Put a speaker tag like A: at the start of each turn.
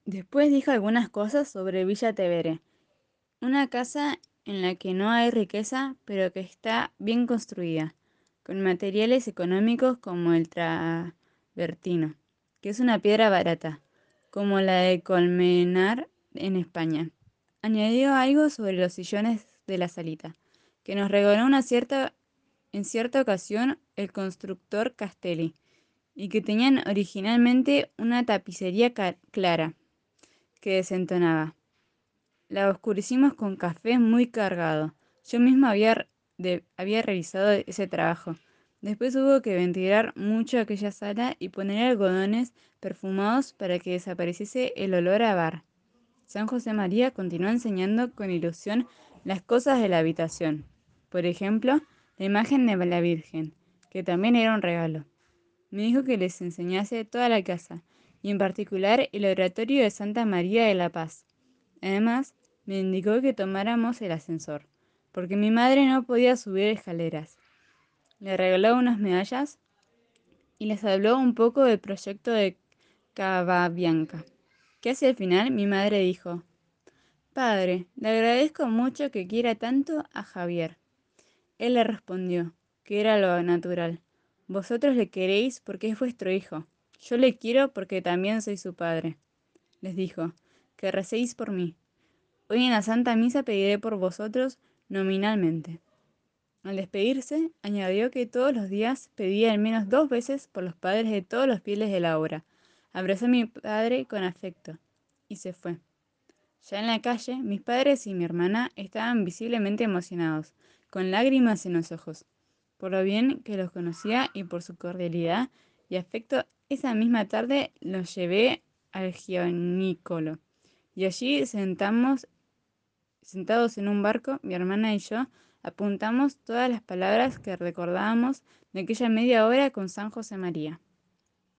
A: Después dijo algunas cosas sobre Villa Tevere, una casa en la que no hay riqueza, pero que está bien construida, con materiales económicos como el travertino, que es una piedra barata, como la de Colmenar en España. Añadió algo sobre los sillones de la salita, que nos regaló en cierta ocasión el constructor Castelli, y que tenían originalmente una tapicería clara, que desentonaba. La oscurecimos con café muy cargado. Yo misma había realizado ese trabajo. Después hubo que ventilar mucho aquella sala y poner algodones perfumados para que desapareciese el olor a bar. San José María continuó enseñando con ilusión las cosas de la habitación. Por ejemplo, la imagen de la Virgen, que también era un regalo. Me dijo que les enseñase toda la casa, y en particular el oratorio de Santa María de la Paz. Además, me indicó que tomáramos el ascensor, porque mi madre no podía subir escaleras. Le regaló unas medallas y les habló un poco del proyecto de Cavabianca. Que hacia el final mi madre dijo, Padre, le agradezco mucho que quiera tanto a Javier. Él le respondió, que era lo natural. Vosotros le queréis porque es vuestro hijo. Yo le quiero porque también soy su padre. Les dijo, que recéis por mí. Hoy en la Santa Misa pediré por vosotros nominalmente. Al despedirse, añadió que todos los días pedía al menos 2 veces por los padres de todos los fieles de la obra. Abrazó a mi padre con afecto y se fue. Ya en la calle, mis padres y mi hermana estaban visiblemente emocionados, con lágrimas en los ojos, por lo bien que los conocía y por su cordialidad y afecto. Esa misma tarde los llevé al Gianicolo y allí sentados en un barco, mi hermana y yo apuntamos todas las palabras que recordábamos de aquella media hora con San José María.